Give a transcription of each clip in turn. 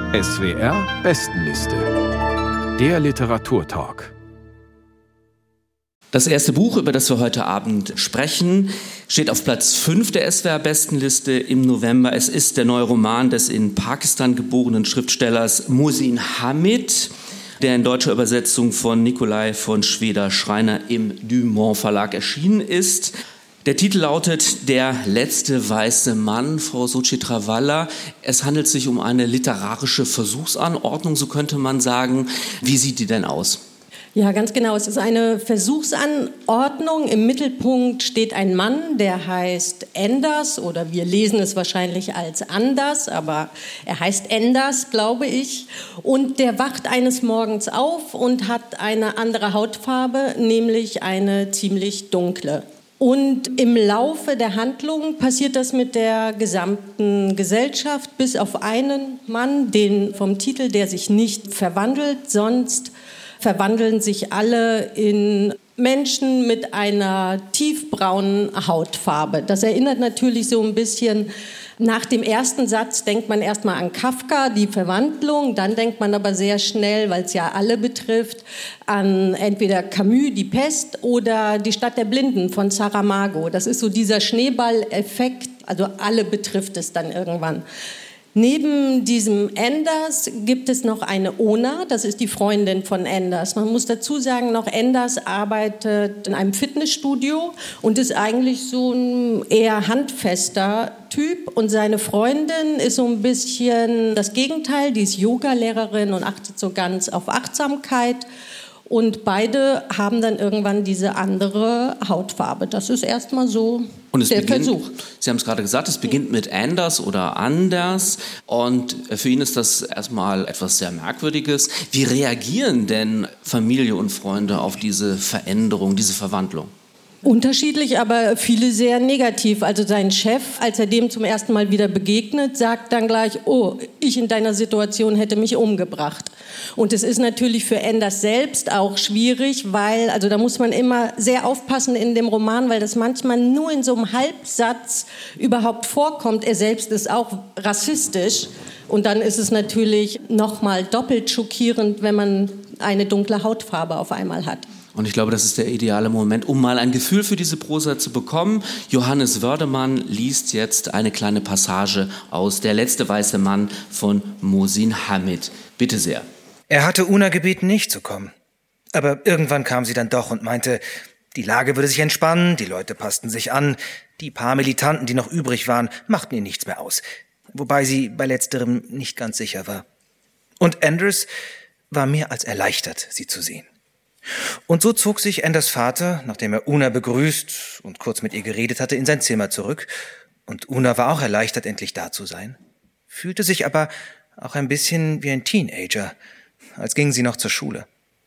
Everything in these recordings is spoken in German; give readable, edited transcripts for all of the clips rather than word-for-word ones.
SWR Bestenliste. Der Literaturtalk. Das erste Buch, über das wir heute Abend sprechen, steht auf Platz 5 der SWR-Bestenliste im November. Es ist der neue Roman des in Pakistan geborenen Schriftstellers Mohsin Hamid, der in deutscher Übersetzung von Nikolai von Schweder-Schreiner im Dumont Verlag erschienen ist. Der Titel lautet Der letzte weiße Mann, Frau Sochitrawala. Es handelt sich um eine literarische Versuchsanordnung, so könnte man sagen. Wie sieht die denn aus? Ja, ganz genau. Es ist eine Versuchsanordnung. Im Mittelpunkt steht ein Mann, der heißt Enders, oder wir lesen es wahrscheinlich als Anders, aber er heißt Enders, glaube ich. Und der wacht eines Morgens auf und hat eine andere Hautfarbe, nämlich eine ziemlich dunkle. Und im Laufe der Handlung passiert das mit der gesamten Gesellschaft, bis auf einen Mann, den vom Titel, der sich nicht verwandelt, sonst verwandeln sich alle in Menschen mit einer tiefbraunen Hautfarbe. Das erinnert natürlich so ein bisschen, nach dem ersten Satz denkt man erstmal an Kafka, die Verwandlung, dann denkt man aber sehr schnell, weil es ja alle betrifft, an entweder Camus, die Pest, oder die Stadt der Blinden von Saramago. Das ist so dieser Schneeballeffekt, also alle betrifft es dann irgendwann. Neben diesem Enders gibt es noch eine Ona, das ist die Freundin von Enders. Man muss dazu sagen, noch Enders arbeitet in einem Fitnessstudio und ist eigentlich so ein eher handfester Typ. Und seine Freundin ist so ein bisschen das Gegenteil, die ist Yoga-Lehrerin und achtet so ganz auf Achtsamkeit. Und beide haben dann irgendwann diese andere Hautfarbe. Das ist erstmal so der Versuch. Sie haben es gerade gesagt, es beginnt mit Anders oder Anders. Und für ihn ist das erstmal etwas sehr Merkwürdiges. Wie reagieren denn Familie und Freunde auf diese Veränderung, diese Verwandlung? Unterschiedlich, aber viele sehr negativ. Also sein Chef, als er dem zum ersten Mal wieder begegnet, sagt dann gleich, oh, ich in deiner Situation hätte mich umgebracht. Und es ist natürlich für Enders selbst auch schwierig, weil, also da muss man immer sehr aufpassen in dem Roman, weil das manchmal nur in so einem Halbsatz überhaupt vorkommt. Er selbst ist auch rassistisch. Und dann ist es natürlich nochmal doppelt schockierend, wenn man eine dunkle Hautfarbe auf einmal hat. Und ich glaube, das ist der ideale Moment, um mal ein Gefühl für diese Prosa zu bekommen. Johannes Wördemann liest jetzt eine kleine Passage aus Der letzte weiße Mann von Mohsin Hamid. Bitte sehr. Er hatte Una gebeten, nicht zu kommen. Aber irgendwann kam sie dann doch und meinte, die Lage würde sich entspannen, die Leute passten sich an, die paar Militanten, die noch übrig waren, machten ihr nichts mehr aus. Wobei sie bei letzterem nicht ganz sicher war. Und Anders war mehr als erleichtert, sie zu sehen. Und so zog sich Enders Vater, nachdem er Una begrüßt und kurz mit ihr geredet hatte, in sein Zimmer zurück. Und Una war auch erleichtert, endlich da zu sein, fühlte sich aber auch ein bisschen wie ein Teenager, als ging sie noch zur Schule.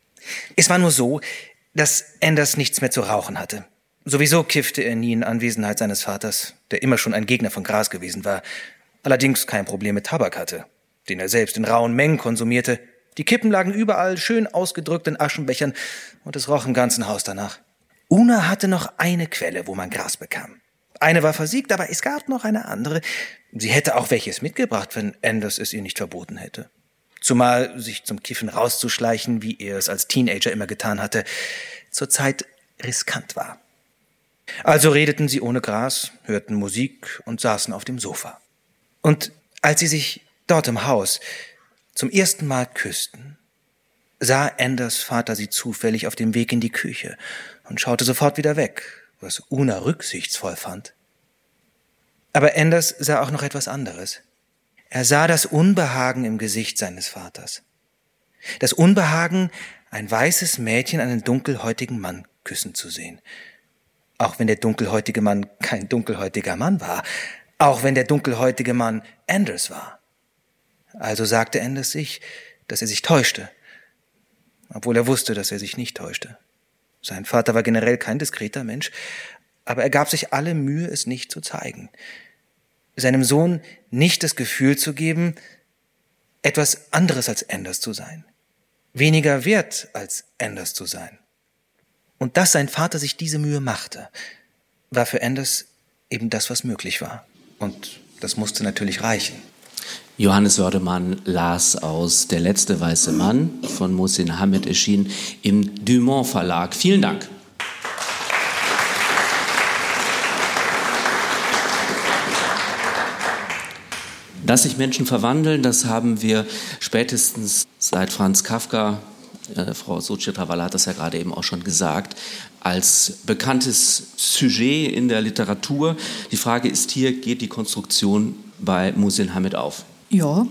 Es war nur so, dass Anders nichts mehr zu rauchen hatte. Sowieso kiffte er nie in Anwesenheit seines Vaters, der immer schon ein Gegner von Gras gewesen war, allerdings kein Problem mit Tabak hatte, den er selbst in rauen Mengen konsumierte. Die Kippen lagen überall schön ausgedrückt in Aschenbechern und es roch im ganzen Haus danach. Una hatte noch eine Quelle, wo man Gras bekam. Eine war versiegt, aber es gab noch eine andere. Sie hätte auch welches mitgebracht, wenn Anders es ihr nicht verboten hätte. Zumal sich zum Kiffen rauszuschleichen, wie er es als Teenager immer getan hatte, zurzeit riskant war. Also redeten sie ohne Gras, hörten Musik und saßen auf dem Sofa. Und als sie sich dort im Haus zum ersten Mal küssten, sah Anders Vater sie zufällig auf dem Weg in die Küche und schaute sofort wieder weg, was Una rücksichtsvoll fand. Aber Anders sah auch noch etwas anderes. Er sah das Unbehagen im Gesicht seines Vaters. Das Unbehagen, ein weißes Mädchen einen dunkelhäutigen Mann küssen zu sehen. Auch wenn der dunkelhäutige Mann kein dunkelhäutiger Mann war, auch wenn der dunkelhäutige Mann Anders war. Also sagte Anders sich, dass er sich täuschte, obwohl er wusste, dass er sich nicht täuschte. Sein Vater war generell kein diskreter Mensch, aber er gab sich alle Mühe, es nicht zu zeigen. Seinem Sohn nicht das Gefühl zu geben, etwas anderes als Anders zu sein, weniger wert als Anders zu sein. Und dass sein Vater sich diese Mühe machte, war für Anders eben das, was möglich war. Und das musste natürlich reichen. Johannes Wördemann las aus Der letzte weiße Mann von Mohsin Hamid, erschienen im Dumont Verlag. Vielen Dank. Dass sich Menschen verwandeln, das haben wir spätestens seit Franz Kafka, Frau Suchitrawala hat das ja gerade eben auch schon gesagt, als bekanntes Sujet in der Literatur. Die Frage ist hier, geht die Konstruktion bei Mohsin Hamid auf? Ja,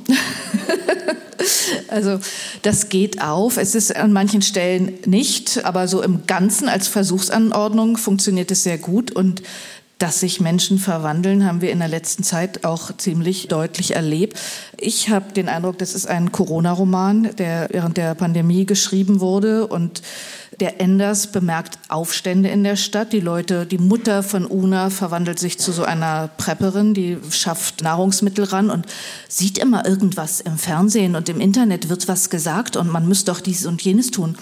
also das geht auf. Es ist an manchen Stellen nicht, aber so im Ganzen als Versuchsanordnung funktioniert es sehr gut. Und dass sich Menschen verwandeln, haben wir in der letzten Zeit auch ziemlich deutlich erlebt. Ich habe den Eindruck, das ist ein Corona-Roman, der während der Pandemie geschrieben wurde. Und der Enders bemerkt Aufstände in der Stadt. Die Mutter von Una verwandelt sich zu so einer Prepperin, die schafft Nahrungsmittel ran und sieht immer irgendwas im Fernsehen und im Internet wird was gesagt und man müsste doch dies und jenes tun.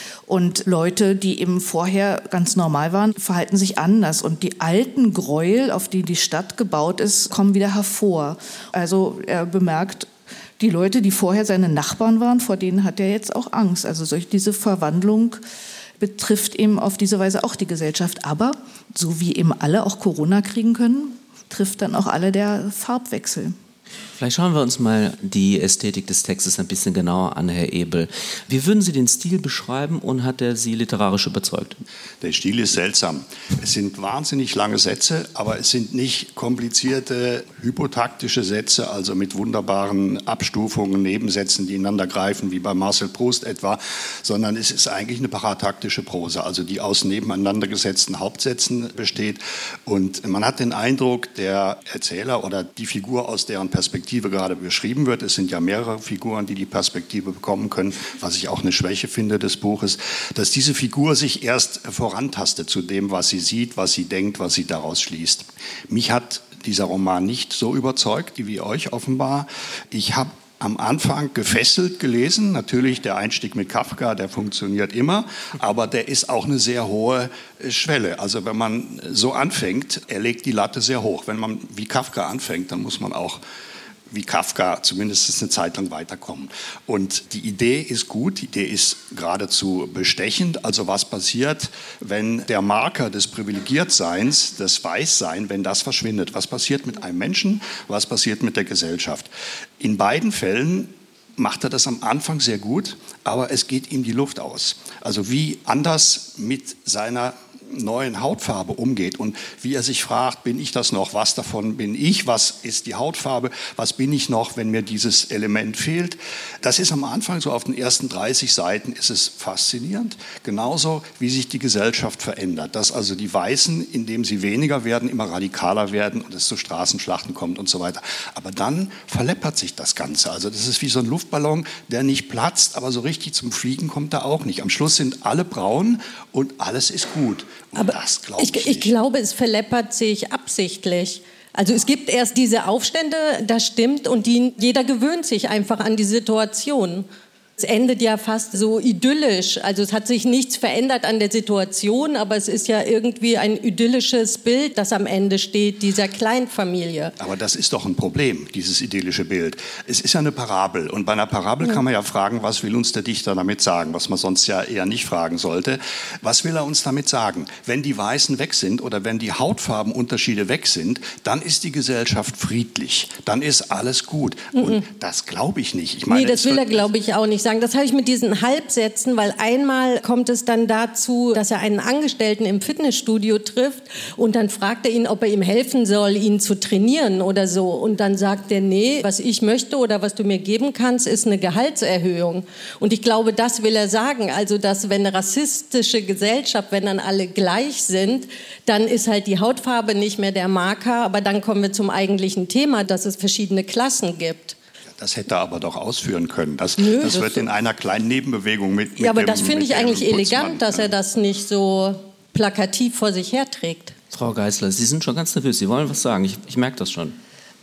Und Leute, die eben vorher ganz normal waren, verhalten sich anders. Und die alten Gräuel, auf die die Stadt gebaut ist, kommen wieder hervor. Also er bemerkt, die Leute, die vorher seine Nachbarn waren, vor denen hat er jetzt auch Angst. Also diese Verwandlung betrifft eben auf diese Weise auch die Gesellschaft. Aber so wie eben alle auch Corona kriegen können, trifft dann auch alle der Farbwechsel. Vielleicht schauen wir uns mal die Ästhetik des Textes ein bisschen genauer an, Herr Ebel. Wie würden Sie den Stil beschreiben und hat er Sie literarisch überzeugt? Der Stil ist seltsam. Es sind wahnsinnig lange Sätze, aber es sind nicht komplizierte, hypotaktische Sätze, also mit wunderbaren Abstufungen, Nebensätzen, die ineinander greifen, wie bei Marcel Proust etwa, sondern es ist eigentlich eine parataktische Prosa, also die aus nebeneinander gesetzten Hauptsätzen besteht. Und man hat den Eindruck, der Erzähler oder die Figur, aus deren Perspektive gerade beschrieben wird, es sind ja mehrere Figuren, die die Perspektive bekommen können, was ich auch eine Schwäche finde des Buches, dass diese Figur sich erst vorantastet zu dem, was sie sieht, was sie denkt, was sie daraus schließt. Mich hat dieser Roman nicht so überzeugt, wie euch offenbar. Ich habe am Anfang gefesselt gelesen. Natürlich, der Einstieg mit Kafka, der funktioniert immer, aber der ist auch eine sehr hohe Schwelle. Also wenn man so anfängt, er legt die Latte sehr hoch. Wenn man wie Kafka anfängt, dann muss man auch wie Kafka zumindest eine Zeit lang weiterkommen. Und die Idee ist gut, die Idee ist geradezu bestechend. Also was passiert, wenn der Marker des Privilegiertseins, des Weißsein, wenn das verschwindet? Was passiert mit einem Menschen? Was passiert mit der Gesellschaft? In beiden Fällen macht er das am Anfang sehr gut, aber es geht ihm die Luft aus. Also wie anders mit seiner neuen Hautfarbe umgeht und wie er sich fragt, bin ich das noch, was davon bin ich, was ist die Hautfarbe, was bin ich noch, wenn mir dieses Element fehlt. Das ist am Anfang, so auf den ersten 30 Seiten, ist es faszinierend, genauso wie sich die Gesellschaft verändert, dass also die Weißen, indem sie weniger werden, immer radikaler werden und es zu Straßenschlachten kommt und so weiter. Aber dann verleppert sich das Ganze, also das ist wie so ein Luftballon, der nicht platzt, aber so richtig zum Fliegen kommt er auch nicht. Am Schluss sind alle braun und alles ist gut. Aber das ich glaube, es verleppert sich absichtlich. Also es gibt erst diese Aufstände, das stimmt, und jeder gewöhnt sich einfach an die Situation. Es endet ja fast so idyllisch. Also es hat sich nichts verändert an der Situation, aber es ist ja irgendwie ein idyllisches Bild, das am Ende steht, dieser Kleinfamilie. Aber das ist doch ein Problem, dieses idyllische Bild. Es ist ja eine Parabel. Und bei einer Parabel kann man ja fragen, was will uns der Dichter damit sagen, was man sonst ja eher nicht fragen sollte. Was will er uns damit sagen? Wenn die Weißen weg sind oder wenn die Hautfarbenunterschiede weg sind, dann ist die Gesellschaft friedlich. Dann ist alles gut. Und das glaube ich nicht. Ich meine, das will er, glaube ich, auch nicht sagen. Das habe ich mit diesen Halbsätzen, weil einmal kommt es dann dazu, dass er einen Angestellten im Fitnessstudio trifft und dann fragt er ihn, ob er ihm helfen soll, ihn zu trainieren oder so. Und dann sagt er, nee, was ich möchte oder was du mir geben kannst, ist eine Gehaltserhöhung. Und ich glaube, das will er sagen. Also, dass wenn eine rassistische Gesellschaft, wenn dann alle gleich sind, dann ist halt die Hautfarbe nicht mehr der Marker. Aber dann kommen wir zum eigentlichen Thema, dass es verschiedene Klassen gibt. Das hätte er aber doch ausführen können. Das wird in einer kleinen Nebenbewegung mit ja, aber das finde ich eigentlich elegant, dass er das nicht so plakativ vor sich herträgt. Frau Geisler, Sie sind schon ganz nervös. Sie wollen was sagen. Ich merke das schon.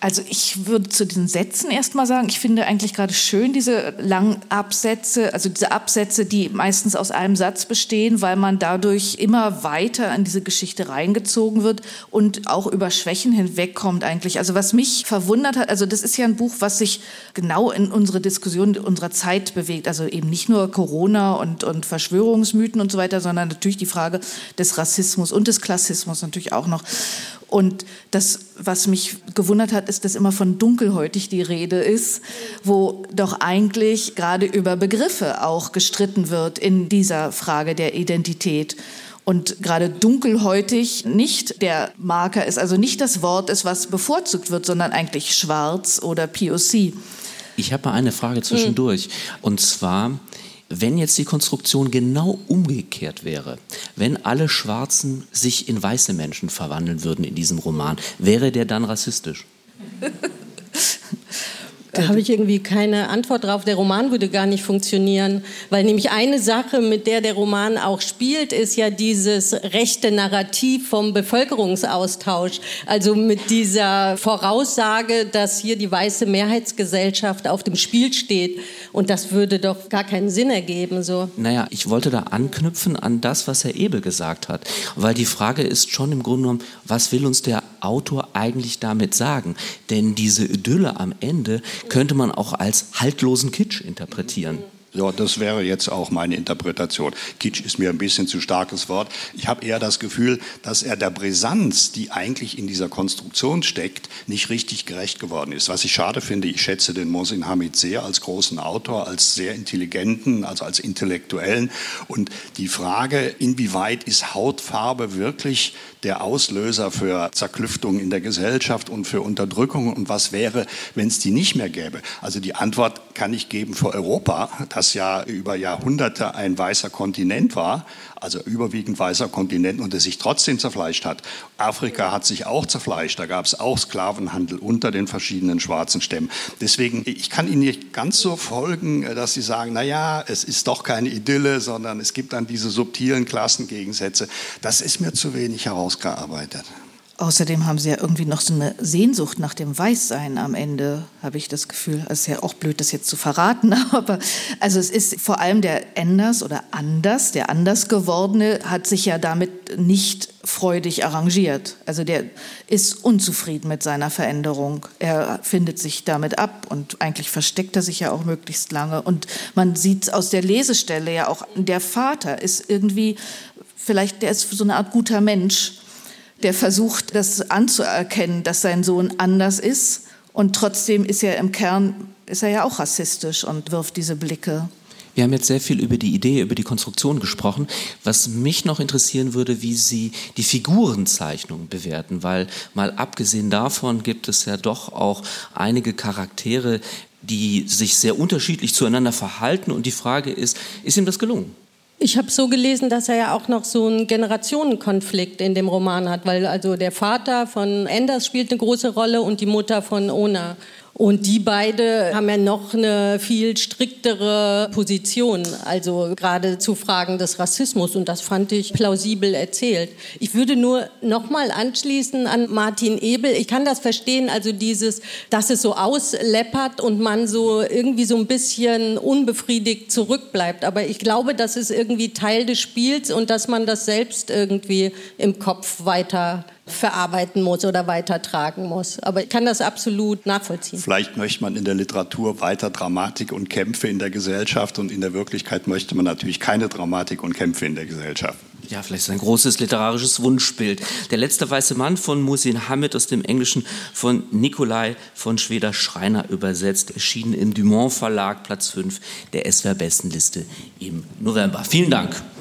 Also ich würde zu diesen Sätzen erstmal sagen, ich finde eigentlich gerade schön diese langen Absätze, also diese Absätze, die meistens aus einem Satz bestehen, weil man dadurch immer weiter in diese Geschichte reingezogen wird und auch über Schwächen hinwegkommt eigentlich. Also was mich verwundert hat, also das ist ja ein Buch, was sich genau in unsere Diskussion unserer Zeit bewegt. Also eben nicht nur Corona und Verschwörungsmythen und so weiter, sondern natürlich die Frage des Rassismus und des Klassismus natürlich auch noch. Und das, was mich gewundert hat, ist, dass immer von dunkelhäutig die Rede ist, wo doch eigentlich gerade über Begriffe auch gestritten wird in dieser Frage der Identität. Und gerade dunkelhäutig nicht der Marker ist, also nicht das Wort ist, was bevorzugt wird, sondern eigentlich schwarz oder POC. Ich habe mal eine Frage zwischendurch. Und zwar, wenn jetzt die Konstruktion genau umgekehrt wäre, wenn alle Schwarzen sich in weiße Menschen verwandeln würden in diesem Roman, wäre der dann rassistisch? Da habe ich irgendwie keine Antwort drauf. Der Roman würde gar nicht funktionieren, weil nämlich eine Sache, mit der Roman auch spielt, ist ja dieses rechte Narrativ vom Bevölkerungsaustausch. Also mit dieser Voraussage, dass hier die weiße Mehrheitsgesellschaft auf dem Spiel steht. Und das würde doch gar keinen Sinn ergeben. So. Naja, ich wollte da anknüpfen an das, was Herr Ebel gesagt hat. Weil die Frage ist schon im Grunde genommen, was will uns der Autor eigentlich damit sagen? Denn diese Idylle am Ende könnte man auch als haltlosen Kitsch interpretieren. Ja, das wäre jetzt auch meine Interpretation. Kitsch ist mir ein bisschen zu starkes Wort. Ich habe eher das Gefühl, dass er der Brisanz, die eigentlich in dieser Konstruktion steckt, nicht richtig gerecht geworden ist. Was ich schade finde, ich schätze den Mohsin Hamid sehr als großen Autor, als sehr intelligenten, also als Intellektuellen. Und die Frage, inwieweit ist Hautfarbe wirklich der Auslöser für Zerklüftung in der Gesellschaft und für Unterdrückung, und was wäre, wenn es die nicht mehr gäbe? Also die Antwort kann ich geben für Europa, das ja über Jahrhunderte ein weißer Kontinent war, also überwiegend weißer Kontinent, und der sich trotzdem zerfleischt hat. Afrika hat sich auch zerfleischt, da gab es auch Sklavenhandel unter den verschiedenen schwarzen Stämmen. Deswegen, ich kann Ihnen nicht ganz so folgen, dass Sie sagen, naja, es ist doch keine Idylle, sondern es gibt dann diese subtilen Klassengegensätze. Das ist mir zu wenig herausgearbeitet. Außerdem haben sie ja irgendwie noch so eine Sehnsucht nach dem Weißsein am Ende, habe ich das Gefühl. Es ist ja auch blöd, das jetzt zu verraten, aber also es ist vor allem der Enders oder Anders, der Andersgewordene hat sich ja damit nicht freudig arrangiert. Also der ist unzufrieden mit seiner Veränderung. Er findet sich damit ab und eigentlich versteckt er sich ja auch möglichst lange. Und man sieht aus der Lesestelle ja auch, der Vater ist irgendwie, vielleicht der ist so eine Art guter Mensch, der versucht, das anzuerkennen, dass sein Sohn anders ist. Und trotzdem ist er im Kern, ist er ja auch rassistisch und wirft diese Blicke. Wir haben jetzt sehr viel über die Idee, über die Konstruktion gesprochen. Was mich noch interessieren würde, wie Sie die Figurenzeichnung bewerten, weil mal abgesehen davon gibt es ja doch auch einige Charaktere, die sich sehr unterschiedlich zueinander verhalten. Und die Frage ist ihm das gelungen? Ich habe so gelesen, dass er ja auch noch so einen Generationenkonflikt in dem Roman hat, weil also der Vater von Enders spielt eine große Rolle und die Mutter von Ona. Und die beide haben ja noch eine viel striktere Position, also gerade zu Fragen des Rassismus. Und das fand ich plausibel erzählt. Ich würde nur noch mal anschließen an Martin Ebel. Ich kann das verstehen, also dieses, dass es so ausläppert und man so irgendwie so ein bisschen unbefriedigt zurückbleibt. Aber ich glaube, das ist irgendwie Teil des Spiels und dass man das selbst irgendwie im Kopf weiter verarbeiten muss oder weitertragen muss. Aber ich kann das absolut nachvollziehen. Vielleicht möchte man in der Literatur weiter Dramatik und Kämpfe in der Gesellschaft, und in der Wirklichkeit möchte man natürlich keine Dramatik und Kämpfe in der Gesellschaft. Ja, vielleicht ist ein großes literarisches Wunschbild. Der letzte weiße Mann von Mohsin Hamid, aus dem Englischen von Nikolai von Schweder-Schreiner übersetzt, erschienen im Dumont Verlag, Platz 5 der SWR-Bestenliste im November. Vielen Dank.